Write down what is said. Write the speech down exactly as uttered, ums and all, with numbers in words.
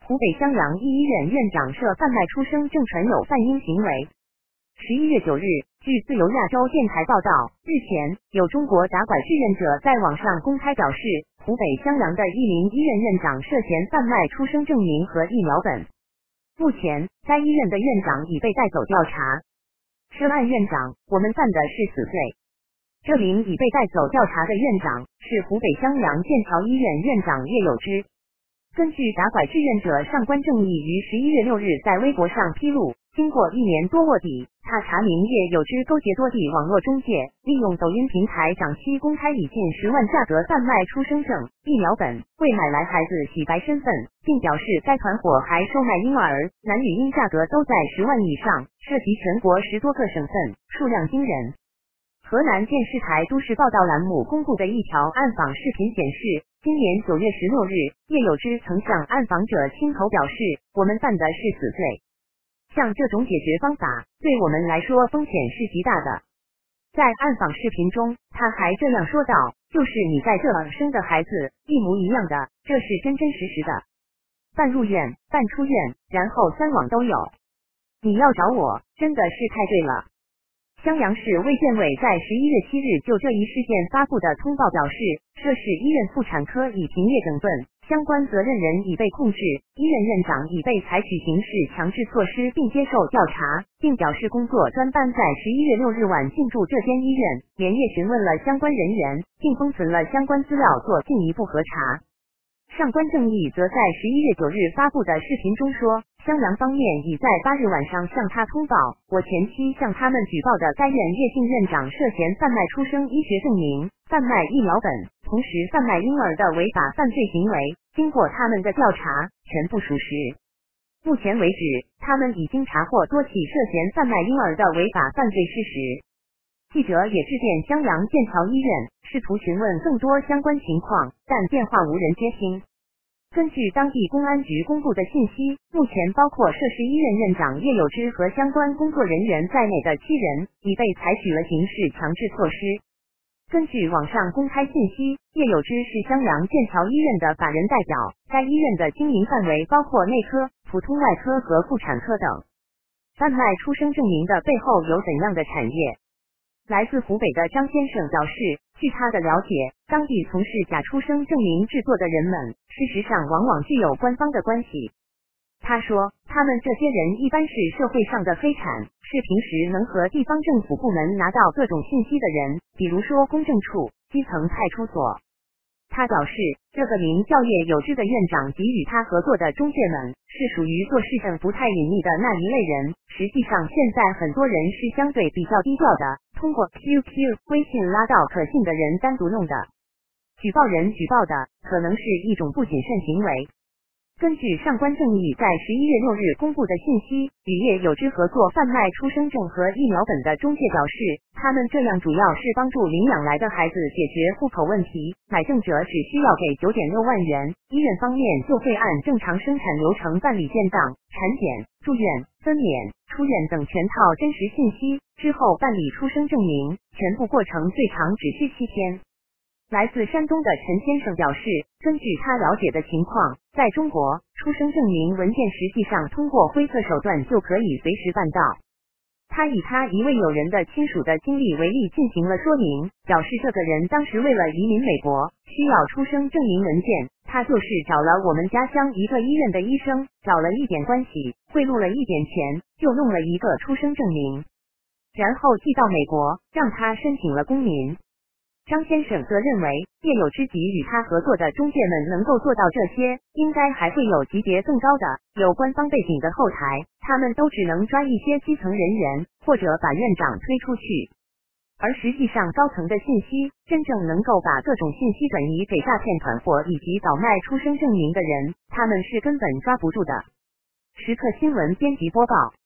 湖北襄阳一医院院长涉贩卖出生证传有贩婴行为。十一月九日，据自由亚洲电台报道，日前有中国打拐志愿者在网上公开表示，湖北襄阳的一名医院院长涉嫌贩卖出生证明和疫苗本。目前，该医院的院长已被带走调查。涉案院长，我们犯的是死罪。这名已被带走调查的院长是湖北襄阳剑桥医院院长叶有之。根据打拐志愿者上官正义于十一月六日在微博上披露，经过一年多卧底，他查明叶有之勾结多地网络中介，利用抖音平台长期公开以近十万价格贩卖出生证、疫苗本，为买来孩子洗白身份，并表示该团伙还售卖婴儿，男女婴价格都在十万以上，涉及全国十多个省份，数量惊人。河南电视台都市报道栏目公布的一条暗访视频显示，今年九月十六日，叶有之曾向暗访者亲口表示，我们犯的是死罪。像这种解决方法，对我们来说风险是极大的。在暗访视频中，他还这样说道，就是你在这儿生的孩子，一模一样的，这是真真实实的。半入院，半出院，然后三网都有。你要找我，真的是太对了。襄阳市卫健委在十一月七日就这一事件发布的通报表示，涉事医院妇产科已停业整顿，相关责任人已被控制，医院院长已被采取刑事强制措施并接受调查，并表示工作专班在十一月六日晚进驻这间医院，连夜询问了相关人员，并封存了相关资料做进一步核查。上官正义则在十一月九日发布的视频中说，襄阳方面已在八日晚上向他通报，我前期向他们举报的该院叶姓院长涉嫌贩卖出生医学证明、贩卖疫苗本，同时贩卖婴儿的违法犯罪行为，经过他们的调查，全部属实。目前为止，他们已经查获多起涉嫌贩卖婴儿的违法犯罪事实。记者也致电襄阳剑桥医院，试图询问更多相关情况，但电话无人接听。根据当地公安局公布的信息，目前包括涉事医院院长叶有之和相关工作人员在内的七人已被采取了刑事强制措施。根据网上公开信息，叶有之是襄阳剑桥医院的法人代表，该医院的经营范围包括内科、普通外科和妇产科等。贩卖出生证明的背后有怎样的产业？来自湖北的张先生表示，据他的了解，当地从事假出生证明制作的人们，事实上往往具有官方的关系。他说，他们这些人一般是社会上的黑产，是平时能和地方政府部门拿到各种信息的人，比如说公证处、基层派出所。他表示，这个名叫叶有之的院长及与他合作的中介们，是属于做事情不太隐秘的那一类人。实际上，现在很多人是相对比较低调的，通过 Q Q、微信拉到可信的人单独弄的。举报人举报的，可能是一种不谨慎行为。根据上官正义在十一月六日公布的信息，与叶有之合作贩卖出生证和疫苗本的中介表示，他们这样主要是帮助领养来的孩子解决户口问题，买证者只需要给 九点六万元，医院方面就会按正常生产流程办理建档、产检、住院、分娩、出院等全套真实信息，之后办理出生证明，全部过程最长只需七天。来自山东的陈先生表示，根据他了解的情况，在中国，出生证明文件实际上通过灰色手段就可以随时办到。他以他一位友人的亲属的经历为例进行了说明，表示这个人当时为了移民美国，需要出生证明文件，他就是找了我们家乡一个医院的医生，找了一点关系，贿赂了一点钱，就弄了一个出生证明，然后寄到美国，让他申请了公民。张先生则认为，叶有之及与他合作的中介们能够做到这些，应该还会有级别更高的、有官方背景的后台，他们都只能抓一些基层人员，或者把院长推出去。而实际上高层的信息，真正能够把各种信息转移给诈骗团伙以及倒卖出生证明的人，他们是根本抓不住的。时刻新闻编辑播报。